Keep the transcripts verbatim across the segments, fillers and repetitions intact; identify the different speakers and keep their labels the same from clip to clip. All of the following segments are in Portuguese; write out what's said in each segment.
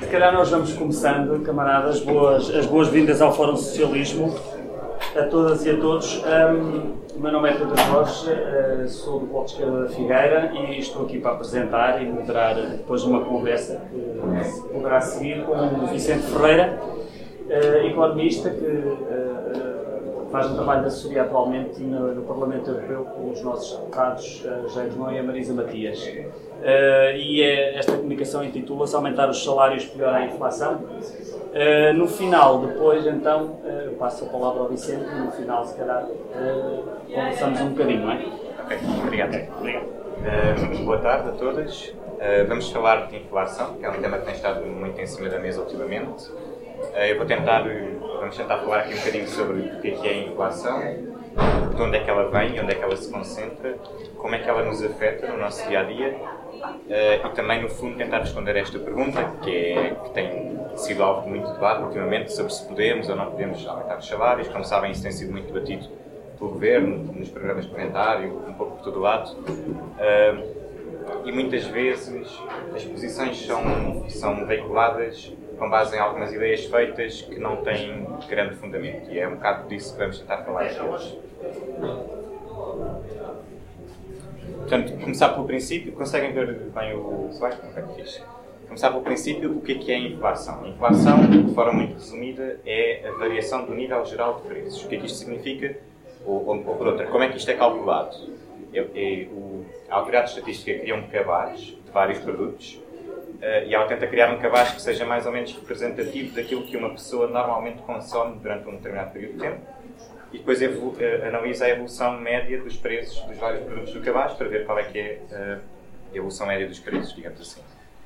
Speaker 1: Se calhar nós vamos começando, camaradas, boas, as boas-vindas ao Fórum Socialismo, a todas e a todos. Um, o meu nome é Pedro Jorge, uh, sou do Bloco de Esquerda da Figueira e estou aqui para apresentar e moderar depois uma conversa que poderá seguir com o Vicente Ferreira, uh, economista que uh, faz um trabalho de assessoria atualmente no, no Parlamento Europeu com os nossos deputados uh, Jair Noé e a Marisa Matias. Uh, e é, esta comunicação intitula-se Aumentar os salários, piorar a inflação. Uh, no final, depois, então, uh, eu passo a palavra ao Vicente e no final, se calhar, uh, conversamos um bocadinho, não é?
Speaker 2: Ok, obrigado. Okay, obrigado. Uh, boa tarde a todos. Uh, vamos falar de inflação, que é um tema que tem estado muito em cima da mesa ultimamente. Uh, eu vou tentar, vamos tentar falar aqui um bocadinho sobre o que é, que é a inflação, de onde é que ela vem, onde é que ela se concentra, como é que ela nos afeta no nosso dia-a-dia. Uh, e também, no fundo, tentar responder a esta pergunta, que, é, que tem sido alvo de muito debate ultimamente, sobre se podemos ou não podemos aumentar os salários. Como sabem, isso tem sido muito debatido pelo Governo, nos programas de comentário, um pouco por todo lado. Uh, e muitas vezes as posições são, são veiculadas com base em algumas ideias feitas que não têm grande fundamento. E é um bocado disso que vamos tentar falar aqui hoje. Portanto, começar pelo princípio, conseguem ver bem o slide? Não é fixe. Começar pelo princípio, o que é que é a inflação? A inflação, de forma muito resumida, é a variação do nível geral de preços. O que é que isto significa? Ou, ou, ou por outra, como é que isto é calculado? É, é, o, a Autoridade de Estatística cria um cabaz de vários produtos uh, e ela tenta criar um cabaz que seja mais ou menos representativo daquilo que uma pessoa normalmente consome durante um determinado período de tempo. E depois evolu- analisa a evolução média dos preços dos vários produtos do cabaz para ver qual é que é a evolução média dos preços, digamos assim.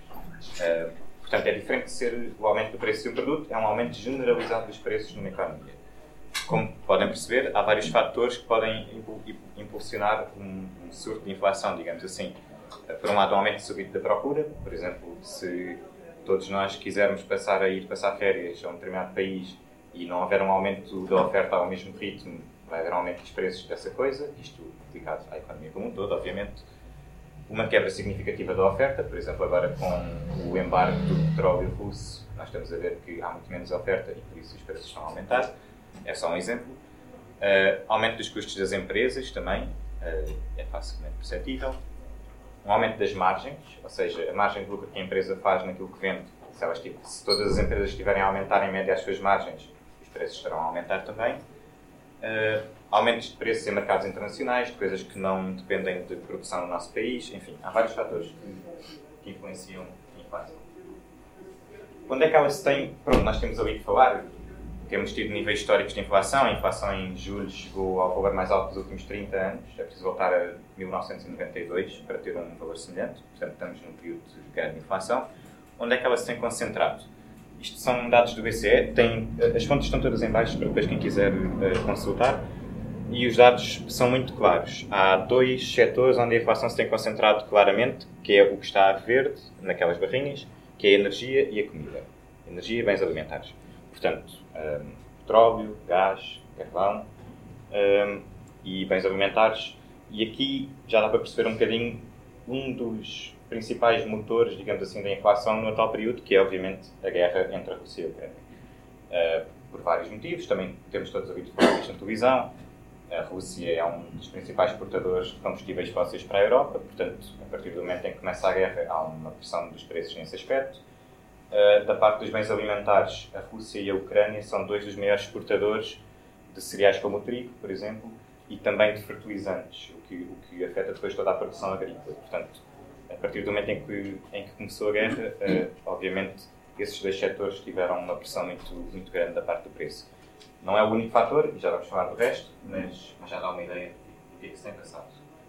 Speaker 2: Uh, portanto, é diferente de ser o aumento do preço de um produto, é um aumento generalizado dos preços numa economia. Como podem perceber, há vários fatores que podem impulsionar um, um surto de inflação, digamos assim. Uh, por um lado, o aumento súbito da procura, por exemplo, se todos nós quisermos passar a ir passar férias a um determinado país e não houver um aumento da oferta ao mesmo ritmo, vai haver um aumento dos preços dessa coisa, isto aplicado à economia como um todo, obviamente. Uma quebra significativa da oferta, por exemplo, agora com o embargo do petróleo russo, nós estamos a ver que há muito menos oferta e por isso os preços estão a aumentar. É só um exemplo. Uh, aumento dos custos das empresas também, uh, é facilmente perceptível. Um aumento das margens, ou seja, a margem de lucro que a empresa faz naquilo que vende, se, elas, se todas as empresas estiverem a aumentar em média as suas margens, os preços estarão a aumentar também. Uh, aumentos de preços em mercados internacionais, de coisas que não dependem de produção no nosso país, enfim, há vários fatores que, que influenciam a inflação. Quando é que ela se tem... Pronto, nós temos ali que falar, temos tido níveis históricos de inflação, a inflação em julho chegou ao valor mais alto dos últimos trinta anos, é preciso voltar a mil novecentos e noventa e dois para ter um valor semelhante, portanto estamos num período de grande inflação. Onde é que ela se tem concentrado? Isto são dados do B C E, tem, as fontes estão todas em baixo para depois quem quiser uh, consultar, e os dados são muito claros. Há dois setores onde a inflação se tem concentrado claramente, que é o que está a verde, naquelas barrinhas, que é a energia e a comida. Energia e bens alimentares. Portanto, um, petróleo, gás, carvão um, e bens alimentares. E aqui já dá para perceber um bocadinho um dos principais motores, digamos assim, da inflação no atual período, que é, obviamente, a guerra entre a Rússia e a Ucrânia. Uh, por vários motivos, também temos todos ouvido falar disto na televisão. A Rússia é um dos principais exportadores de combustíveis fósseis para a Europa, portanto, a partir do momento em que começa a guerra, há uma pressão dos preços nesse aspecto. Uh, da parte dos bens alimentares, a Rússia e a Ucrânia são dois dos maiores exportadores de cereais como o trigo, por exemplo, e também de fertilizantes, o que, o que afeta depois toda a produção agrícola. Portanto, a partir do momento em que, em que começou a guerra, uh, obviamente, esses dois setores tiveram uma pressão muito, muito grande da parte do preço. Não é o único fator, e já vamos falar do resto, mas, mas já dá uma ideia do que é que se tem passado.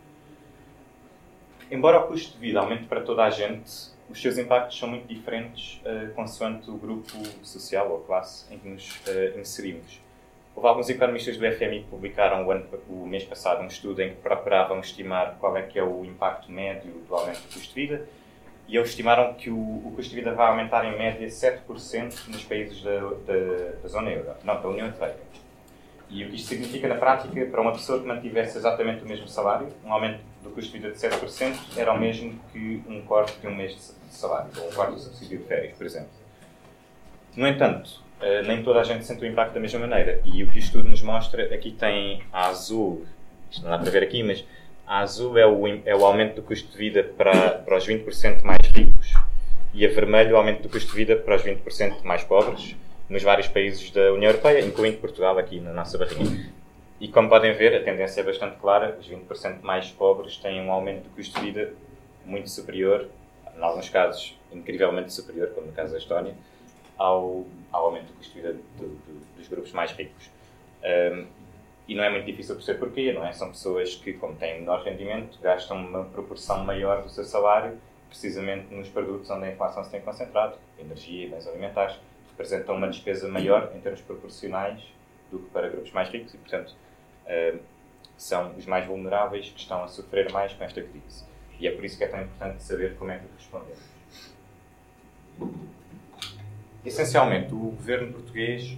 Speaker 2: Embora o custo de vida aumente para toda a gente, os seus impactos são muito diferentes uh, consoante o grupo social ou classe em que nos uh, inserimos. Houve alguns economistas do F M I que publicaram o, ano, o mês passado um estudo em que procuravam estimar qual é que é o impacto médio do aumento do custo de vida, e eles estimaram que o, o custo de vida vai aumentar em média sete por cento nos países da, da, da zona euro, não, da União Europeia. E o que isto significa na prática, para uma pessoa que mantivesse exatamente o mesmo salário, um aumento do custo de vida de sete por cento era o mesmo que um corte de um mês de salário, ou um corte do subsídio de férias, por exemplo. No entanto, uh, nem toda a gente sente o impacto da mesma maneira. E o que o estudo nos mostra, aqui tem a azul, isto não dá para ver aqui, mas a azul é o, é o aumento do custo de vida para, para os vinte por cento mais ricos e a vermelho o aumento do custo de vida para os vinte por cento mais pobres nos vários países da União Europeia, incluindo Portugal aqui na nossa barrinha. E como podem ver, a tendência é bastante clara, os vinte por cento mais pobres têm um aumento do custo de vida muito superior, em alguns casos incrivelmente superior, como no caso da Estónia, ao, ao aumento do custo de vida do, do, dos grupos mais ricos. Um, e não é muito difícil perceber porquê, não é? São pessoas que, como têm menor rendimento, gastam uma proporção maior do seu salário, precisamente nos produtos onde a inflação se tem concentrado, energia e bens alimentares, representam uma despesa maior em termos proporcionais do que para grupos mais ricos e, portanto, uh, são os mais vulneráveis que estão a sofrer mais com esta crise. E é por isso que é tão importante saber como é que respondemos. Essencialmente, o governo português,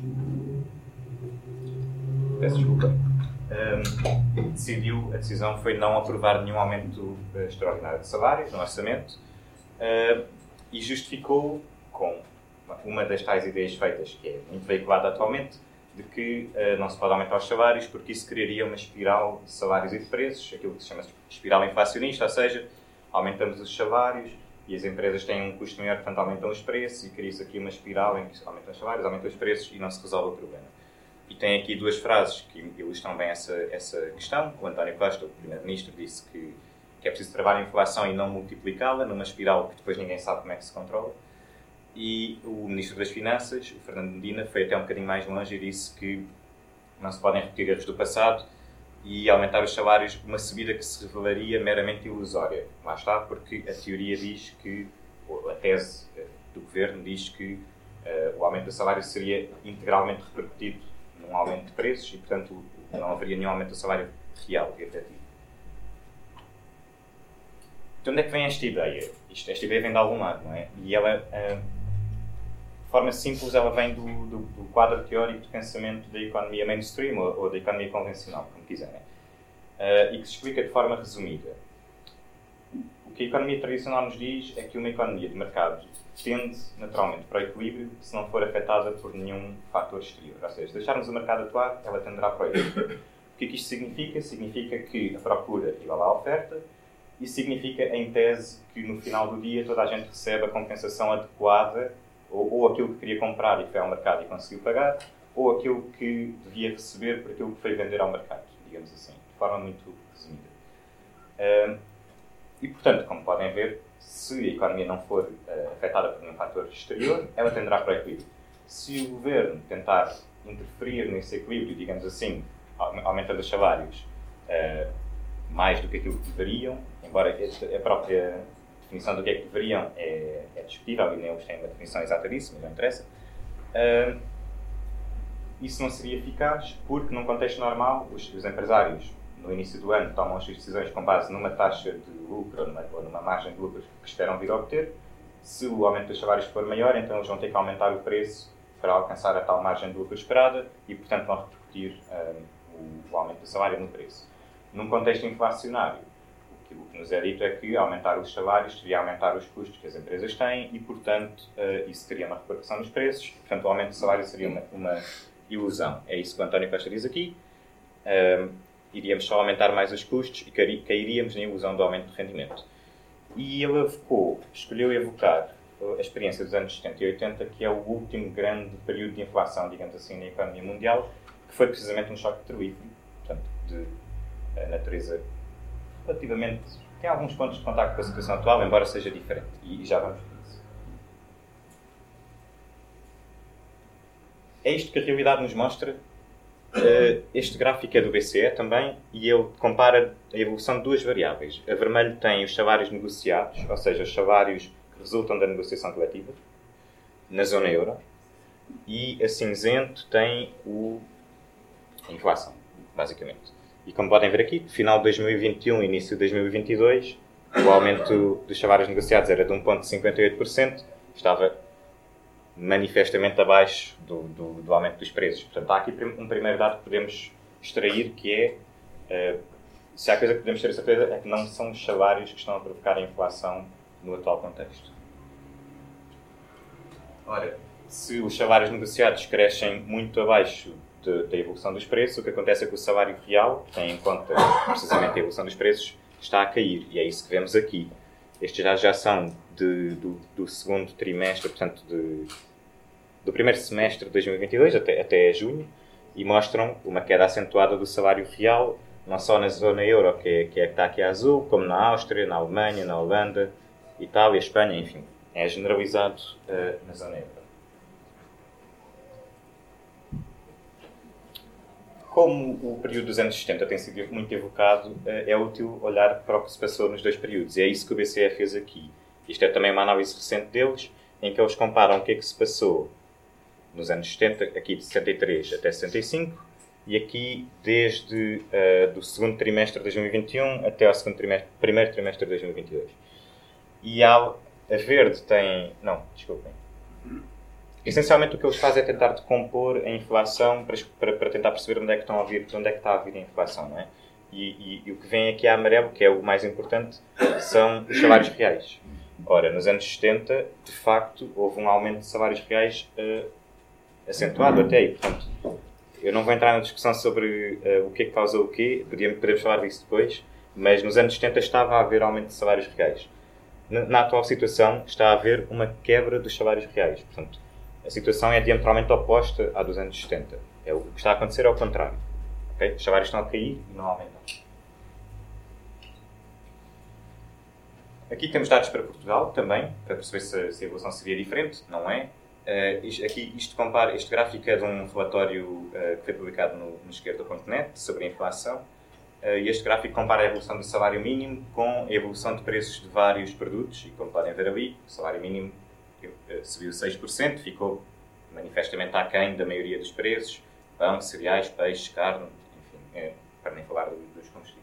Speaker 2: peço desculpa, um, decidiu, a decisão foi não aprovar nenhum aumento uh, extraordinário de salários no orçamento uh, e justificou com uma das tais ideias feitas, que é muito veiculada atualmente, de que uh, não se pode aumentar os salários porque isso criaria uma espiral de salários e de preços, aquilo que se chama de espiral inflacionista, ou seja, aumentamos os salários e as empresas têm um custo maior, portanto aumentam os preços e cria-se aqui uma espiral em que aumentam os salários, aumentam os preços e não se resolve o problema. E tem aqui duas frases que ilustram bem essa, essa questão. O António Costa, o Primeiro-Ministro, disse que, que é preciso travar a inflação e não multiplicá-la numa espiral que depois ninguém sabe como é que se controla. E o Ministro das Finanças, o Fernando Medina, foi até um bocadinho mais longe e disse que não se podem repetir erros do passado e aumentar os salários, uma subida que se revelaria meramente ilusória. Lá está, porque a teoria diz que, ou a tese do Governo diz que uh, o aumento do salário seria integralmente repercutido num aumento de preços e, portanto, não haveria nenhum aumento do salário real e efetivo. De onde é que vem esta ideia? Isto, esta ideia vem de algum lado, não é? E ela... Uh, de forma simples, ela vem do, do, do quadro teórico de pensamento da economia mainstream ou, ou da economia convencional, como quiserem, uh, e que se explica de forma resumida. O que a economia tradicional nos diz é que uma economia de mercado tende naturalmente para o equilíbrio se não for afetada por nenhum fator exterior. Ou seja, se deixarmos o mercado atuar, ela tenderá para o equilíbrio. O que é que isto significa? Significa que a procura igual à oferta e significa, em tese, que no final do dia toda a gente recebe a compensação adequada Ou, ou aquilo que queria comprar e foi ao mercado e conseguiu pagar, ou aquilo que devia receber por aquilo que foi vender ao mercado, digamos assim, de forma muito resumida. Uh, e, portanto, como podem ver, se a economia não for uh, afetada por um fator exterior, ela tenderá para o equilíbrio. Se o governo tentar interferir nesse equilíbrio, digamos assim, aumentando os salários uh, mais do que aquilo que deveriam, embora a própria a definição do que é que deveriam é, é discutível e nem eles têm uma definição exata disso, mas não interessa. Uh, isso não seria eficaz porque, num contexto normal, os, os empresários, no início do ano, tomam as suas decisões com base numa taxa de lucro ou numa, ou numa margem de lucro que esperam vir a obter. Se o aumento dos salários for maior, então eles vão ter que aumentar o preço para alcançar a tal margem de lucro esperada e, portanto, vão repercutir uh, o, o aumento do salário no preço. Num contexto inflacionário, o que nos é dito é que aumentar os salários seria aumentar os custos que as empresas têm e, portanto, uh, isso teria uma repercussão nos preços. Portanto, o aumento do salário seria uma, uma ilusão. É isso que o António Costa diz aqui. Uh, iríamos só aumentar mais os custos e cairíamos na ilusão do aumento de rendimento. E ele evocou, escolheu evocar a experiência dos anos setenta e oitenta, que é o último grande período de inflação, digamos assim, na economia mundial, que foi precisamente um choque petrolífero, portanto, de uh, natureza relativamente, tem alguns pontos de contacto com a situação atual, embora seja diferente, e já vamos ver isso. É isto que a realidade nos mostra. Este gráfico é do B C E também, e ele compara a evolução de duas variáveis. A vermelho tem os salários negociados, ou seja, os salários que resultam da negociação coletiva, na zona euro, e a cinzento tem o... a inflação, basicamente. E como podem ver aqui, final de dois mil e vinte e um, início de dois mil e vinte e dois, o aumento dos salários negociados era de um vírgula cinquenta e oito por cento, estava manifestamente abaixo do, do, do aumento dos preços. Portanto, há aqui um primeiro dado que podemos extrair, que é, uh, se há coisa que podemos ter a certeza, é que não são os salários que estão a provocar a inflação no atual contexto. Ora, se os salários negociados crescem muito abaixo de, da evolução dos preços, o que acontece é que o salário real, que tem em conta precisamente a evolução dos preços, está a cair. E é isso que vemos aqui. Estes já, já são de, do, do segundo trimestre, portanto, de, do primeiro semestre de dois mil e vinte e dois até, até junho, e mostram uma queda acentuada do salário real, não só na zona euro, que é, que é que está aqui a azul, como na Áustria, na Alemanha, na Holanda, Itália, Espanha, enfim. É generalizado uh, na zona euro. Como o período dos anos setenta tem sido muito evocado, uh, é útil olhar para o que se passou nos dois períodos. E é isso que o B C E fez aqui. Isto é também uma análise recente deles, em que eles comparam o que é que se passou nos anos setenta, aqui de setenta e três até sessenta e cinco, e aqui desde uh, do segundo trimestre de dois mil e vinte e um até ao segundo trimestre, primeiro trimestre de dois mil e vinte e dois. E há, a verde tem... Não, desculpem. Essencialmente o que eles fazem é tentar decompor a inflação para, para, para tentar perceber onde é que estão a vir, onde é que está a vir a inflação, não é? E, e, e o que vem aqui a amarelo, que é o mais importante, são os salários reais. Ora, nos anos setenta, de facto, houve um aumento de salários reais uh, acentuado até aí. Portanto, eu não vou entrar na discussão sobre uh, o que é que causou o quê, podíamos, podemos falar disso depois, mas nos anos setenta estava a haver aumento de salários reais. Na, na atual situação está a haver uma quebra dos salários reais. Portanto, a situação é diametralmente oposta à dos anos setenta. É, o que está a acontecer é o contrário. Okay? Os salários estão a cair e não aumentam. Aqui temos dados para Portugal também, para perceber se, se a evolução seria diferente. Não é. Uh, isto, aqui, isto compara, este gráfico é de um relatório uh, que foi publicado no, no esquerda ponto net sobre a inflação. Uh, e este gráfico compara a evolução do salário mínimo com a evolução de preços de vários produtos. E como podem ver ali, o salário mínimo uh, subiu seis por cento, ficou manifestamente aquém da maioria dos preços. Pão, cereais, peixe, carne, enfim, uh, para nem falar dos combustíveis.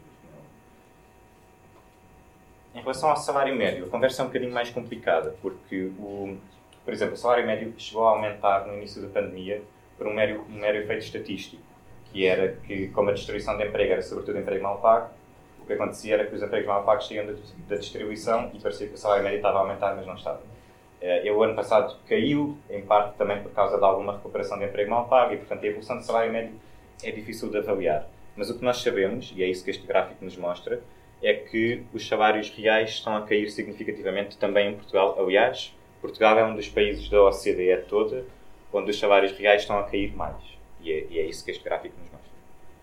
Speaker 2: Em relação ao salário médio, a conversa é um bocadinho mais complicada, porque, o, por exemplo, o salário médio chegou a aumentar no início da pandemia por um mero, um mero efeito estatístico, que era que, como a destruição de emprego era sobretudo emprego mal pago, o que acontecia era que os empregos mal pagos saíam da, da distribuição e parecia que o salário médio estava a aumentar, mas não estava. E o ano passado caiu, em parte também por causa de alguma recuperação de emprego mal pago, e, portanto, a evolução do salário médio é difícil de avaliar. Mas o que nós sabemos, e é isso que este gráfico nos mostra, é que os salários reais estão a cair significativamente também em Portugal. Aliás, Portugal é um dos países da O C D E toda onde os salários reais estão a cair mais. E é, e é isso que este gráfico nos mostra.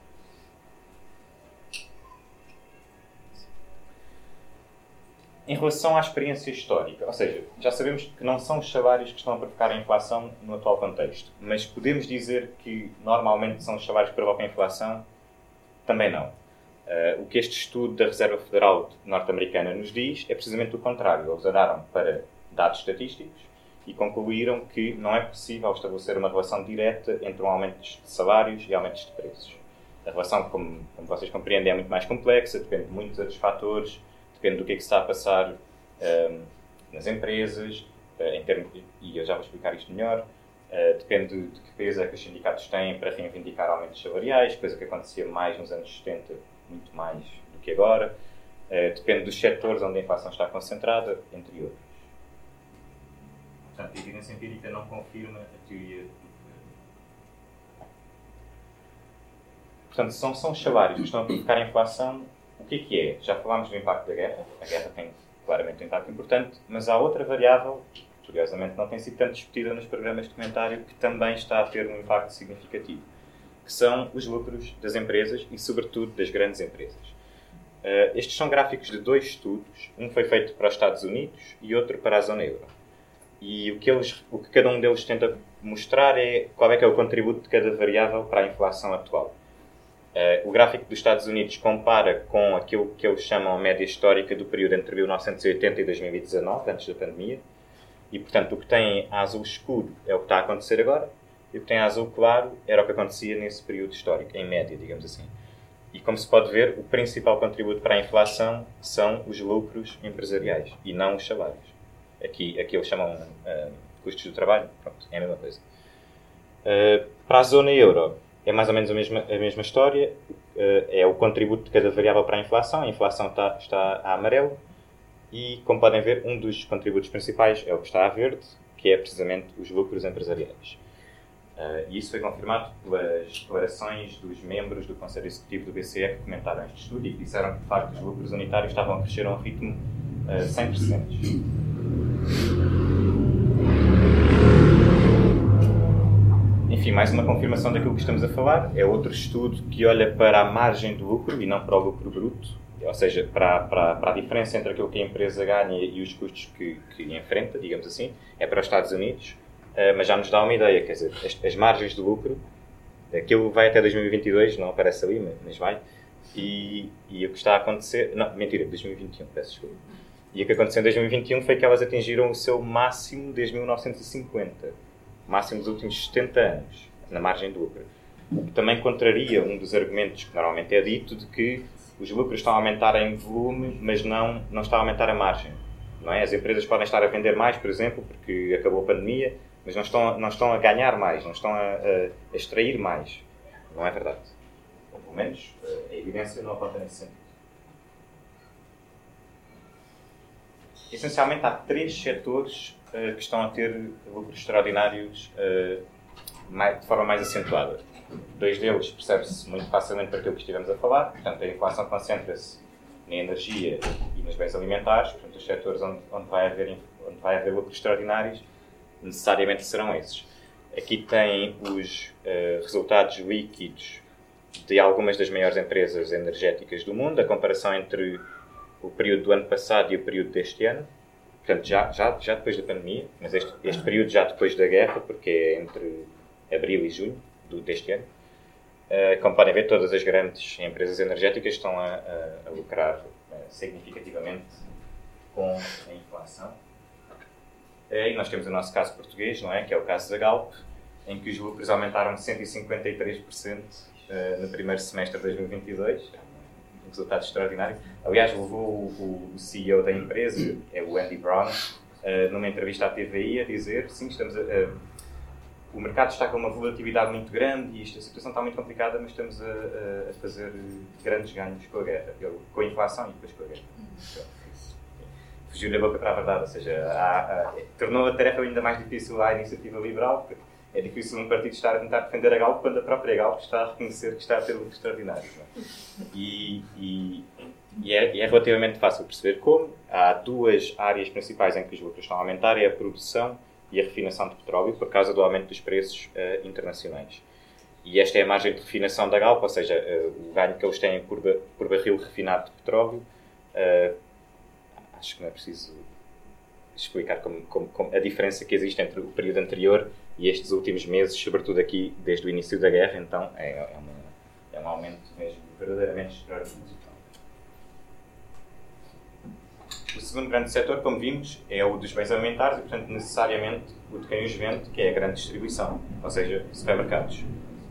Speaker 2: Em relação à experiência histórica, ou seja, já sabemos que não são os salários que estão a provocar a inflação no atual contexto, mas podemos dizer que normalmente são os salários que provocam a inflação? Também não. Uh, o que este estudo da Reserva Federal norte-americana nos diz é precisamente o contrário. Eles olharam para dados estatísticos e concluíram que não é possível estabelecer uma relação direta entre um aumento de salários e aumentos de preços. A relação, como, como vocês compreendem, é muito mais complexa, depende de muitos outros fatores, depende do que é que se está a passar um, nas empresas, uh, em termos de, e eu já vou explicar isto melhor, uh, depende de que peso é que os sindicatos têm para reivindicar aumentos salariais, coisa que acontecia mais nos anos setenta, muito mais do que agora. Uh, depende dos setores onde a inflação está concentrada, entre outros. Portanto, a evidência empírica não confirma a teoria. Portanto, são, são os salários que estão a provocar a inflação. O que é que é? Já falámos do impacto da guerra. A guerra tem claramente um impacto importante, mas há outra variável, que curiosamente não tem sido tanto discutida nos programas de comentário, que também está a ter um impacto significativo, que são os lucros das empresas e, sobretudo, das grandes empresas. Uh, estes são gráficos de dois estudos. Um foi feito para os Estados Unidos e outro para a zona euro. E o que, eles, o que cada um deles tenta mostrar é qual é que é o contributo de cada variável para a inflação atual. Uh, o gráfico dos Estados Unidos compara com aquilo que eles chamam a média histórica do período entre mil novecentos e oitenta e dois mil e dezanove, antes da pandemia. E, portanto, o que tem a azul escuro é o que está a acontecer agora, e o que tem a azul claro era o que acontecia nesse período histórico, em média, digamos assim. E, como se pode ver, o principal contributo para a inflação são os lucros empresariais, e não os salários. Aqui, aqui eles chamam uh, custos do trabalho, pronto, é a mesma coisa. Uh, para a zona euro, é mais ou menos a mesma, a mesma história, uh, é o contributo de cada variável para a inflação. A inflação está, está a amarelo, e, como podem ver, um dos contributos principais é o que está a verde, que é precisamente os lucros empresariais. Uh, e isso foi confirmado pelas declarações dos membros do Conselho Executivo do B C E que comentaram este estudo e que disseram que, de facto, os lucros unitários estavam a crescer a um ritmo uh, sem precedentes. Enfim, mais uma confirmação daquilo que estamos a falar. É outro estudo que olha para a margem do lucro e não para o lucro bruto, ou seja, para, para, para a diferença entre aquilo que a empresa ganha e os custos que, que enfrenta, digamos assim. É para os Estados Unidos. Uh, mas já nos dá uma ideia, quer dizer, as, as margens do lucro, aquilo vai até dois mil e vinte e dois, não aparece ali, mas, mas vai, e, e o que está a acontecer, não, mentira, dois mil e vinte e um, peço desculpa, e o que aconteceu em dois mil e vinte e um foi que elas atingiram o seu máximo desde mil novecentos e cinquenta, máximo dos últimos setenta anos, na margem do lucro, o que também contraria um dos argumentos que normalmente é dito de que os lucros estão a aumentar em volume, mas não, não está a aumentar a margem, não é? As empresas podem estar a vender mais, por exemplo, porque acabou a pandemia, mas não estão, não estão a ganhar mais, não estão a, a, a extrair mais. Não é verdade. Ou, pelo menos, a evidência não aponta nesse sentido. Essencialmente, há três setores uh, que estão a ter lucros extraordinários uh, mais, de forma mais acentuada. Dois deles percebe-se muito facilmente para aquilo que estivemos a falar. Portanto, a inflação concentra-se na energia e nos bens alimentares. Portanto, os setores onde, onde, vai, haver, onde vai haver lucros extraordinários necessariamente serão esses. Aqui tem os uh, resultados líquidos de algumas das maiores empresas energéticas do mundo, a comparação entre o período do ano passado e o período deste ano, portanto já, já, já depois da pandemia, mas este, este período já depois da guerra, porque é entre abril e junho do, deste ano. Uh, como podem ver, todas as grandes empresas energéticas estão a, a, a lucrar uh, significativamente com a inflação. E nós temos o nosso caso português, não é? Que é o caso da Galp, em que os lucros aumentaram cento e cinquenta e três por cento no primeiro semestre de dois mil e vinte e dois. Um resultado extraordinário. Aliás, levou o, o C E O da empresa, é o Andy Brown, numa entrevista à T V I a dizer: sim, estamos a, a, o mercado está com uma volatilidade muito grande e isto, a situação está muito complicada, mas estamos a, a fazer grandes ganhos com a guerra, com a inflação e depois com a guerra. Fugiu-lhe a boca para a verdade, ou seja, há, há, tornou a tarefa ainda mais difícil à iniciativa liberal, porque é difícil um partido estar a tentar defender a Galp quando a própria Galp está a reconhecer que está a ter lucros extraordinários. E, e, e, é, e é relativamente fácil perceber como. Há duas áreas principais em que os lucros estão a aumentar, é a produção e a refinação de petróleo, por causa do aumento dos preços uh, internacionais. E esta é a margem de refinação da Galp, ou seja, uh, o ganho que eles têm por, por barril refinado de petróleo. Uh, Acho que não é preciso explicar como, como, como a diferença que existe entre o período anterior e estes últimos meses, sobretudo aqui desde o início da guerra. Então é, é, uma, é um aumento mesmo verdadeiramente extraordinário. O segundo grande setor, como vimos, é o dos bens alimentares e, portanto, necessariamente o de quem os vende, que é a grande distribuição, ou seja, supermercados.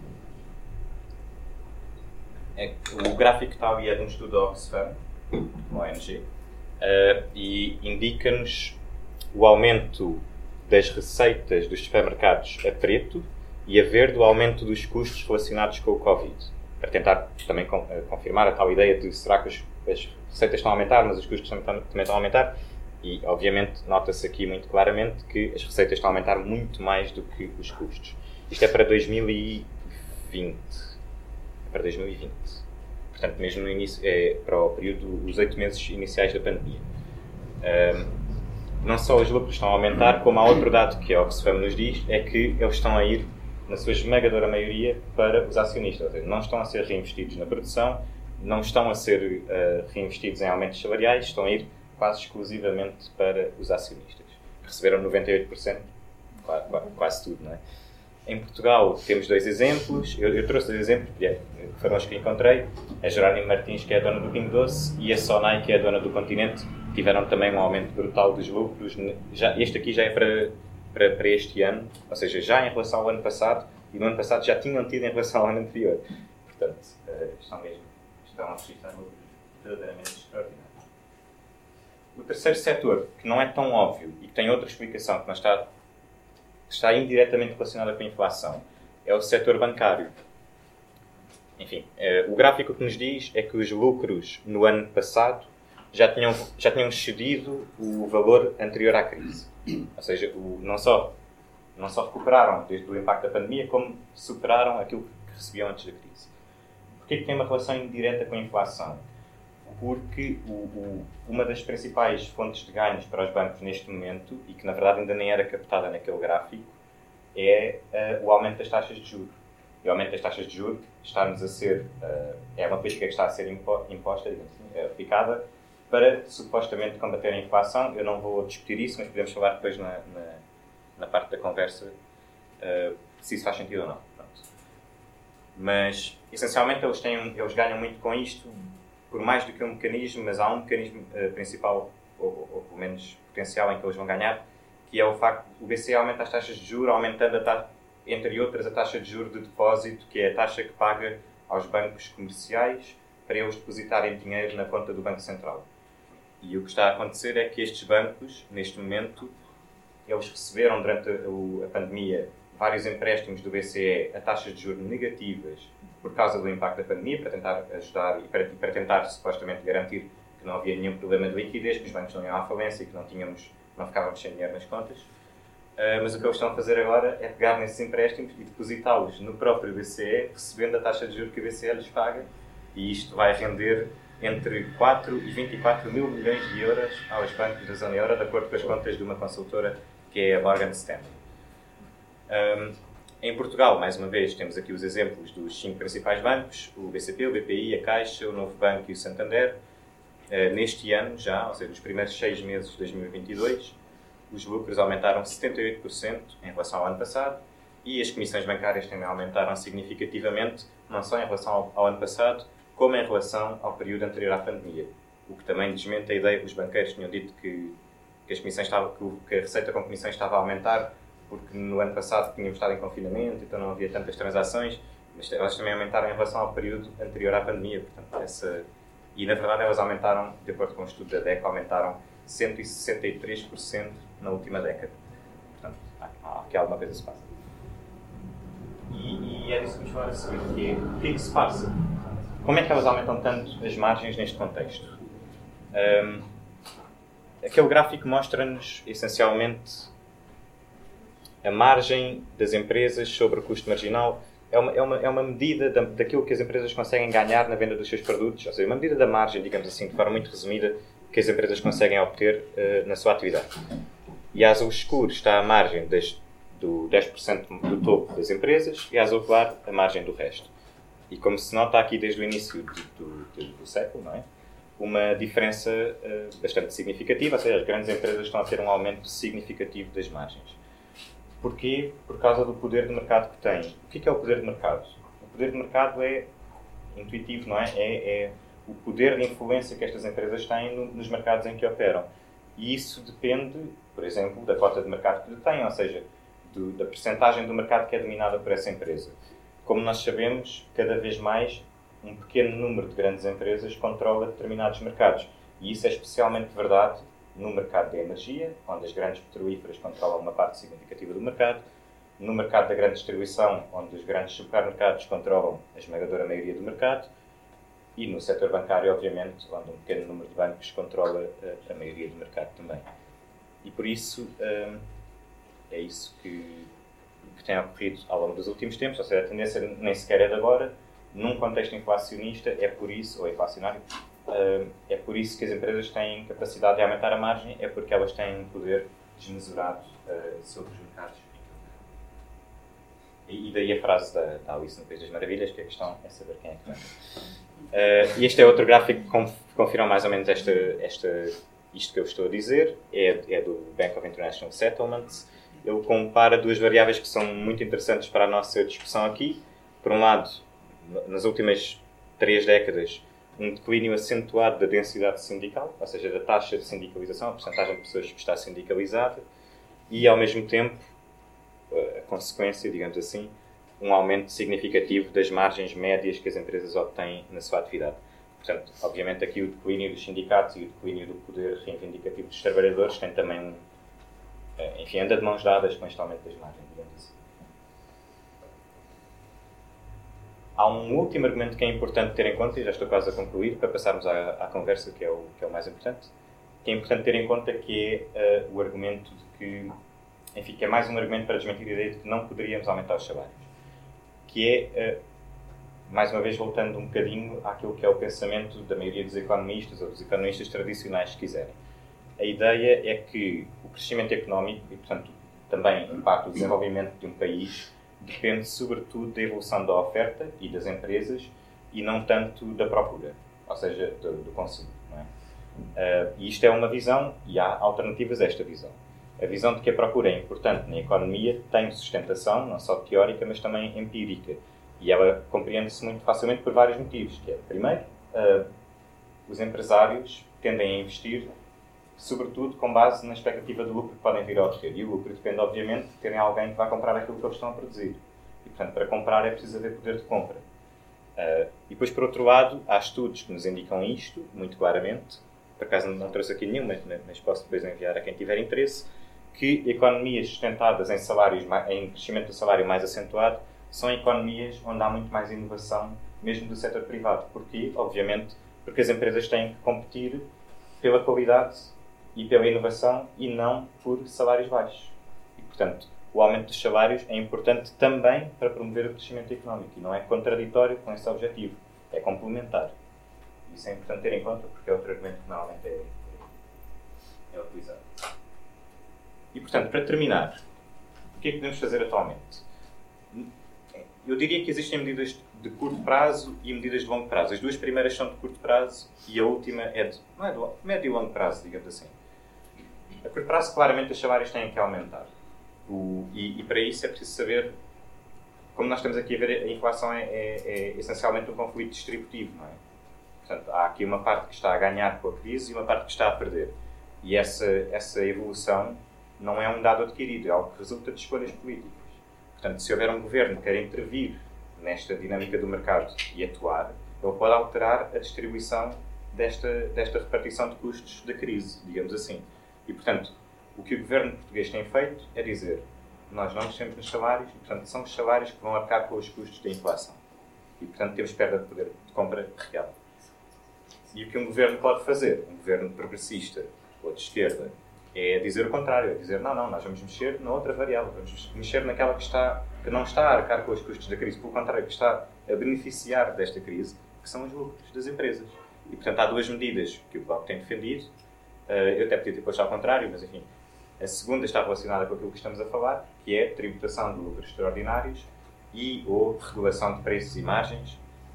Speaker 2: É, o gráfico que está ali é de um estudo da Oxfam, O N G. Uh, e indica-nos o aumento das receitas dos supermercados a preto e a verde o aumento dos custos relacionados com o Covid, para tentar também com, uh, confirmar a tal ideia de será que as, as receitas estão a aumentar, mas os custos também, também estão a aumentar, e obviamente nota-se aqui muito claramente que as receitas estão a aumentar muito mais do que os custos. Isto é para dois mil e vinte. É para dois mil e vinte. Portanto, mesmo no início, é para o período dos oito meses iniciais da pandemia. Um, não só os lucros estão a aumentar, como há outro dado que a Oxfam nos diz, é que eles estão a ir, na sua esmagadora maioria, para os acionistas. Ou seja, não estão a ser reinvestidos na produção, não estão a ser uh, reinvestidos em aumentos salariais, estão a ir quase exclusivamente para os acionistas. Receberam noventa e oito por cento, quase, quase tudo, não é? Em Portugal temos dois exemplos, eu, eu trouxe dois exemplos, que foram os que encontrei. A Jerónimo Martins, que é a dona do Pingo Doce, e a Sonai, que é a dona do Continente, tiveram também um aumento brutal dos lucros. Já, este aqui já é para, para, para este ano, ou seja, já em relação ao ano passado, e no ano passado já tinham tido em relação ao ano anterior. Portanto, estão mesmo estão a registrar lucros verdadeiramente extraordinários. O terceiro setor, que não é tão óbvio e que tem outra explicação, que não está... está indiretamente relacionada com a inflação, é o setor bancário. Enfim, eh, o gráfico que nos diz é que os lucros no ano passado já tinham, já tinham cedido o valor anterior à crise. Ou seja, o, não, só, não só recuperaram desde o impacto da pandemia, como superaram aquilo que recebiam antes da crise. Porquê que tem uma relação indireta com a inflação? Porque o, o, uma das principais fontes de ganhos para os bancos neste momento, e que na verdade ainda nem era captada naquele gráfico, é uh, o aumento das taxas de juros. E o aumento das taxas de juros está-nos a ser, uh, é uma política que está a ser impo, imposta, digamos assim, aplicada, para supostamente combater a inflação. Eu não vou discutir isso, mas podemos falar depois na, na, na parte da conversa uh, se isso faz sentido ou não. Pronto. Mas, essencialmente, eles, têm, eles ganham muito com isto, por mais do que um mecanismo, mas há um mecanismo uh, principal, ou, ou pelo menos potencial, em que eles vão ganhar, que é o facto de o B C E aumenta as taxas de juros, aumentando, a ta- entre outras, a taxa de juros de depósito, que é a taxa que paga aos bancos comerciais para eles depositarem dinheiro na conta do Banco Central. E o que está a acontecer é que estes bancos, neste momento, eles receberam durante a, a pandemia vários empréstimos do B C E a taxas de juros negativas por causa do impacto da pandemia, para tentar ajudar e para, e para tentar supostamente garantir que não havia nenhum problema de liquidez, que os bancos não iam à falência e que não, tínhamos, não ficávamos sem dinheiro nas contas. Uh, mas o que eles estão a fazer agora é pegar nesses empréstimos e depositá-los no próprio B C E, recebendo a taxa de juros que o B C E lhes paga, e isto vai render entre quatro e vinte e quatro mil milhões de euros aos bancos da zona euro, de acordo com as contas de uma consultora que é a Morgan Stanley. Um, em Portugal, mais uma vez, temos aqui os exemplos dos cinco principais bancos, o B C P, o B P I, a Caixa, o Novo Banco e o Santander. Uh, neste ano já, ou seja, nos primeiros seis meses de dois mil e vinte e dois, os lucros aumentaram setenta e oito por cento em relação ao ano passado e as comissões bancárias também aumentaram significativamente, não só em relação ao, ao ano passado, como em relação ao período anterior à pandemia. O que também desmente a ideia que os banqueiros tinham dito que, que, as comissões estavam, que, o, que a receita com comissões estava a aumentar, porque no ano passado tínhamos estado em confinamento, então não havia tantas transações, mas elas também aumentaram em relação ao período anterior à pandemia. Portanto, essa, e na verdade elas aumentaram, de acordo com o estudo da D E C, aumentaram cento e sessenta e três por cento na última década. Portanto, há aqui alguma coisa que se passa. E, e é disso que vamos falar a seguir, que é o que é que se passa? Como é que elas aumentam tanto as margens neste contexto? Um, aquele gráfico mostra-nos, essencialmente, a margem das empresas sobre o custo marginal. É uma, é uma, é uma medida da, daquilo que as empresas conseguem ganhar na venda dos seus produtos, ou seja, uma medida da margem, digamos assim, de forma muito resumida, que as empresas conseguem obter uh, na sua atividade. E a azul escuro está à margem das, do dez por cento do topo das empresas e a azul claro a margem do resto. E como se nota aqui desde o início do, do, do século, não é? Uma diferença uh, bastante significativa, ou seja, as grandes empresas estão a ter um aumento significativo das margens. Porquê? Por causa do poder de mercado que têm. O que é o poder de mercado? O poder de mercado é intuitivo, não é? É, é o poder de influência que estas empresas têm no, nos mercados em que operam. E isso depende, por exemplo, da cota de mercado que detêm, ou seja, do, da percentagem do mercado que é dominada por essa empresa. Como nós sabemos, cada vez mais um pequeno número de grandes empresas controla determinados mercados. E isso é especialmente verdade no mercado da energia, onde as grandes petrolíferas controlam uma parte significativa do mercado, no mercado da grande distribuição, onde os grandes supermercados controlam a esmagadora maioria do mercado, e no setor bancário, obviamente, onde um pequeno número de bancos controla a, a maioria do mercado também. E por isso, hum, é isso que, que tem ocorrido ao longo dos últimos tempos, ou seja, a tendência nem sequer é de agora, num contexto inflacionista, é por isso, ou inflacionário, hum, é por isso que as empresas têm capacidade de aumentar a margem, é porque elas têm um poder desmesurado uh, sobre os mercados. E, e daí a frase da, da Alice no País das Maravilhas, que a questão é saber quem é que manda. Uh, e este é outro gráfico que confirma mais ou menos esta, esta, isto que eu estou a dizer, é, é do Bank of International Settlements. Ele compara duas variáveis que são muito interessantes para a nossa discussão aqui. Por um lado, nas últimas três décadas, um declínio acentuado da densidade sindical, ou seja, da taxa de sindicalização, a porcentagem de pessoas que está sindicalizada, e ao mesmo tempo, a consequência, digamos assim, um aumento significativo das margens médias que as empresas obtêm na sua atividade. Portanto, obviamente aqui o declínio dos sindicatos e o declínio do poder reivindicativo dos trabalhadores tem também um, enfim, anda de mãos dadas com este aumento das margens, digamos assim. há um último argumento que é importante ter em conta, e já estou quase a concluir, para passarmos à, à conversa, que é, o, que é o mais importante, que é importante ter em conta, que é uh, o argumento de que, enfim, que é mais um argumento para desmentir a ideia de que não poderíamos aumentar os salários. Que é, uh, mais uma vez, voltando um bocadinho àquilo que é o pensamento da maioria dos economistas, ou dos economistas tradicionais, se quiserem. A ideia é que o crescimento económico, e portanto também, em parte, o desenvolvimento de um país, depende sobretudo da evolução da oferta e das empresas, e não tanto da procura, ou seja, do, do consumo. Não é? Uh, e isto é uma visão, e há alternativas a esta visão. A visão de que a procura é importante na economia tem sustentação, não só teórica, mas também empírica. E ela compreende-se muito facilmente por vários motivos. Que é, primeiro, uh, os empresários tendem a investir sobretudo com base na expectativa de lucro que podem vir a obter. E o lucro depende, obviamente, de terem alguém que vai comprar aquilo que eles estão a produzir. E, portanto, para comprar é preciso haver poder de compra. Uh, e depois, por outro lado, há estudos que nos indicam isto, muito claramente. Por acaso não trouxe aqui nenhum, mas, mas posso depois enviar a quem tiver interesse, que economias sustentadas em, salários, em crescimento do salário mais acentuado são economias onde há muito mais inovação, mesmo do setor privado. Porquê? Obviamente, porque as empresas têm que competir pela qualidade e pela inovação, e não por salários baixos. E, portanto, o aumento dos salários é importante também para promover o crescimento económico, e não é contraditório com esse objetivo, é complementar. Isso é importante ter em conta, porque é outro argumento que normalmente é, é, é utilizado. E, portanto, para terminar, o que é que podemos fazer atualmente? Eu diria que existem medidas de curto prazo e medidas de longo prazo. As duas primeiras são de curto prazo e a última é de, não é de médio e longo prazo, digamos assim. A curto prazo, claramente, os salários têm que aumentar. O, e, e para isso é preciso saber, como nós estamos aqui a ver, a inflação é, é, é essencialmente um conflito distributivo, não é? Portanto, há aqui uma parte que está a ganhar com a crise e uma parte que está a perder. E essa, essa evolução não é um dado adquirido, é algo que resulta de escolhas políticas. Portanto, se houver um governo que quer intervir nesta dinâmica do mercado e atuar, ele pode alterar a distribuição desta, desta repartição de custos da crise, digamos assim. E, portanto, o que o governo português tem feito é dizer: nós não mexemos nos salários, e, portanto, são os salários que vão arcar com os custos da inflação. E, portanto, temos perda de poder de compra real. E o que um governo pode fazer, um governo progressista ou de esquerda, é dizer o contrário, é dizer: não, não, nós vamos mexer na outra variável, vamos mexer naquela que, está, que não está a arcar com os custos da crise, pelo contrário, que está a beneficiar desta crise, que são os lucros das empresas. E, portanto, há duas medidas que o Bloco tem defendido. Eu até podia ter posto ao contrário, mas, enfim, a segunda está relacionada com aquilo que estamos a falar, que é a tributação de lucros extraordinários e ou regulação de preços e margens,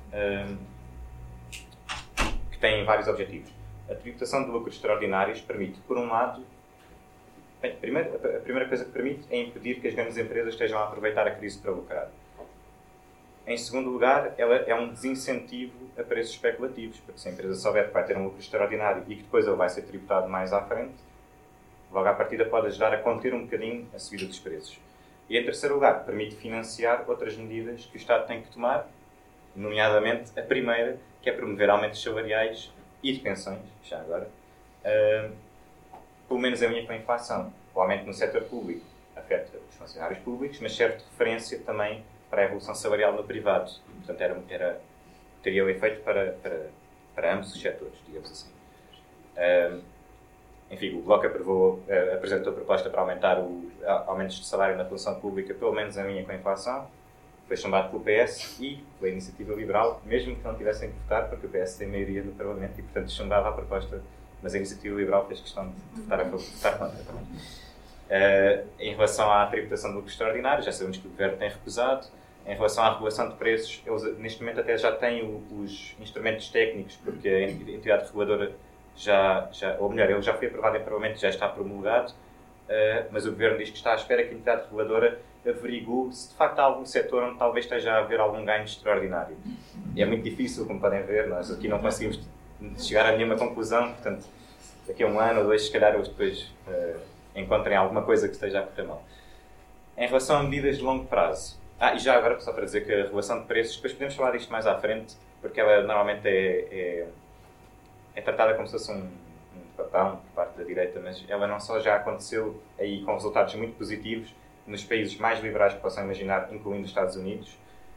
Speaker 2: que têm vários objetivos. A tributação de lucros extraordinários permite, por um lado, bem, primeiro, a primeira coisa que permite é impedir que as grandes empresas estejam a aproveitar a crise para lucrar. Em segundo lugar, ela é um desincentivo a preços especulativos, porque se a empresa souber que vai ter um lucro extraordinário e que depois ele vai ser tributado mais à frente, logo à partida pode ajudar a conter um bocadinho a subida dos preços. E em terceiro lugar, permite financiar outras medidas que o Estado tem que tomar, nomeadamente a primeira, que é promover aumentos salariais e de pensões, já agora, uh, pelo menos a linha com a inflação. O aumento no setor público afeta os funcionários públicos, mas serve de referência também para a evolução salarial no privado. E, portanto, era, era, teria o efeito para, para, para ambos os setores, digamos assim. Uh, enfim, o Bloco aprovou, uh, apresentou a proposta para aumentar os aumentos de salário na função pública, pelo menos a linha com a inflação. Foi chamado pelo P S e pela Iniciativa Liberal, mesmo que não tivessem que votar, porque o P S tem maioria no Parlamento e, portanto, chumbava a proposta, mas a Iniciativa Liberal fez questão de votar a favor, de votar contra também. Uh, em relação à tributação de lucros extraordinários, já sabemos que o Governo tem recusado. Em relação à regulação de preços, eles neste momento até já têm o, os instrumentos técnicos, porque a entidade reguladora já, já, ou melhor, ele já foi aprovado em Parlamento, já está promulgado, uh, mas o Governo diz que está à espera que a entidade reguladora averigue se de facto há algum setor onde talvez esteja a haver algum ganho extraordinário. E é muito difícil, como podem ver, nós aqui não conseguimos chegar a nenhuma conclusão, portanto, daqui a um ano ou dois, se calhar, eles depois uh, encontrem alguma coisa que esteja a correr mal. Em relação a medidas de longo prazo, ah, e já agora, só para dizer que a regulação de preços, depois podemos falar disto mais à frente, porque ela normalmente é, é, é tratada como se fosse um, um papão por parte da direita, mas ela não só já aconteceu aí com resultados muito positivos nos países mais liberais que possam imaginar, incluindo os Estados Unidos,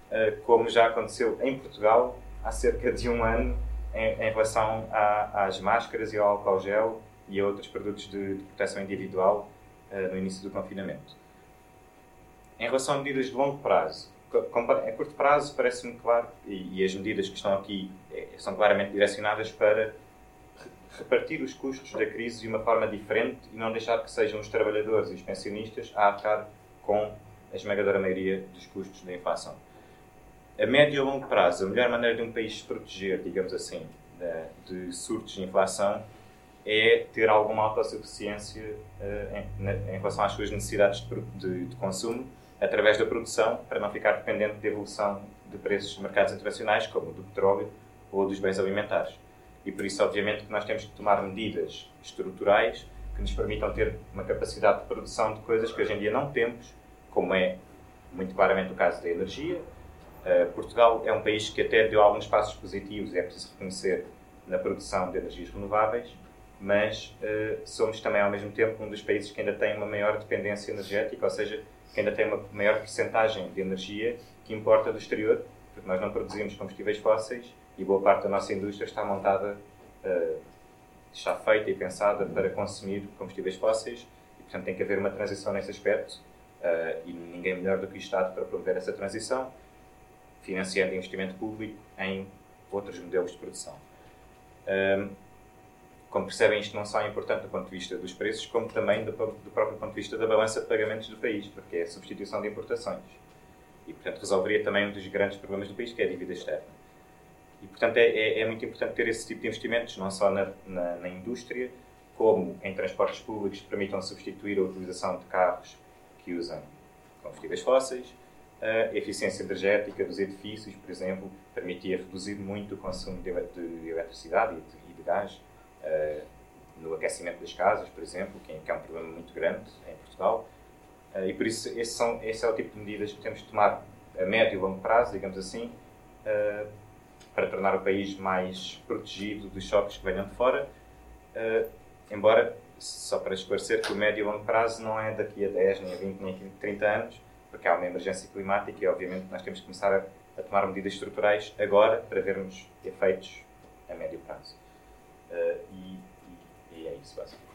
Speaker 2: como já aconteceu em Portugal há cerca de um ano em, em relação a, às máscaras e ao álcool gel e a outros produtos de, de proteção individual no início do confinamento. Em relação a medidas de longo prazo, a curto prazo parece-me claro, e, e as medidas que estão aqui são claramente direcionadas para repartir os custos da crise de uma forma diferente e não deixar que sejam os trabalhadores e os pensionistas a arcar com a esmagadora maioria dos custos da inflação. A médio e a longo prazo, a melhor maneira de um país se proteger, digamos assim, de surtos de inflação é ter alguma autossuficiência uh, em, em relação às suas necessidades de, de, de consumo através da produção, para não ficar dependente da evolução de preços de mercados internacionais, como o do petróleo ou dos bens alimentares. E por isso, obviamente, que nós temos que tomar medidas estruturais que nos permitam ter uma capacidade de produção de coisas que hoje em dia não temos, como é muito claramente o caso da energia. Uh, Portugal é um país que até deu alguns passos positivos, é preciso reconhecer, na produção de energias renováveis, mas uh, somos também, ao mesmo tempo, um dos países que ainda tem uma maior dependência energética, ou seja, que ainda tem uma maior percentagem de energia que importa do exterior, porque nós não produzimos combustíveis fósseis e boa parte da nossa indústria está montada, uh, está feita e pensada para consumir combustíveis fósseis e, portanto, tem que haver uma transição nesse aspecto uh, e ninguém melhor do que o Estado para promover essa transição, financiando investimento público em outros modelos de produção. Um, como percebem, isto não só é importante do ponto de vista dos preços, como também do, do próprio ponto de vista da balança de pagamentos do país, porque é a substituição de importações. E, portanto, resolveria também um dos grandes problemas do país, que é a dívida externa. E, portanto, é, é, é muito importante ter esse tipo de investimentos, não só na, na, na indústria, como em transportes públicos que permitam substituir a utilização de carros que usam combustíveis fósseis. A eficiência energética dos edifícios, por exemplo, permitia reduzir muito o consumo de, de eletricidade e de, e de gás uh, no aquecimento das casas, por exemplo, que é, que é um problema muito grande em Portugal. Uh, e por isso, esse, são, esse é o tipo de medidas que temos de tomar a médio e longo prazo, digamos assim, uh, para tornar o país mais protegido dos choques que venham de fora. Uh, embora, só para esclarecer, que o médio e longo prazo não é daqui a dez, nem a vinte, nem a trinta anos, porque há uma emergência climática e, obviamente, nós temos que começar a, a tomar medidas estruturais agora para vermos efeitos a médio prazo. Uh, e, e, e é isso, basicamente.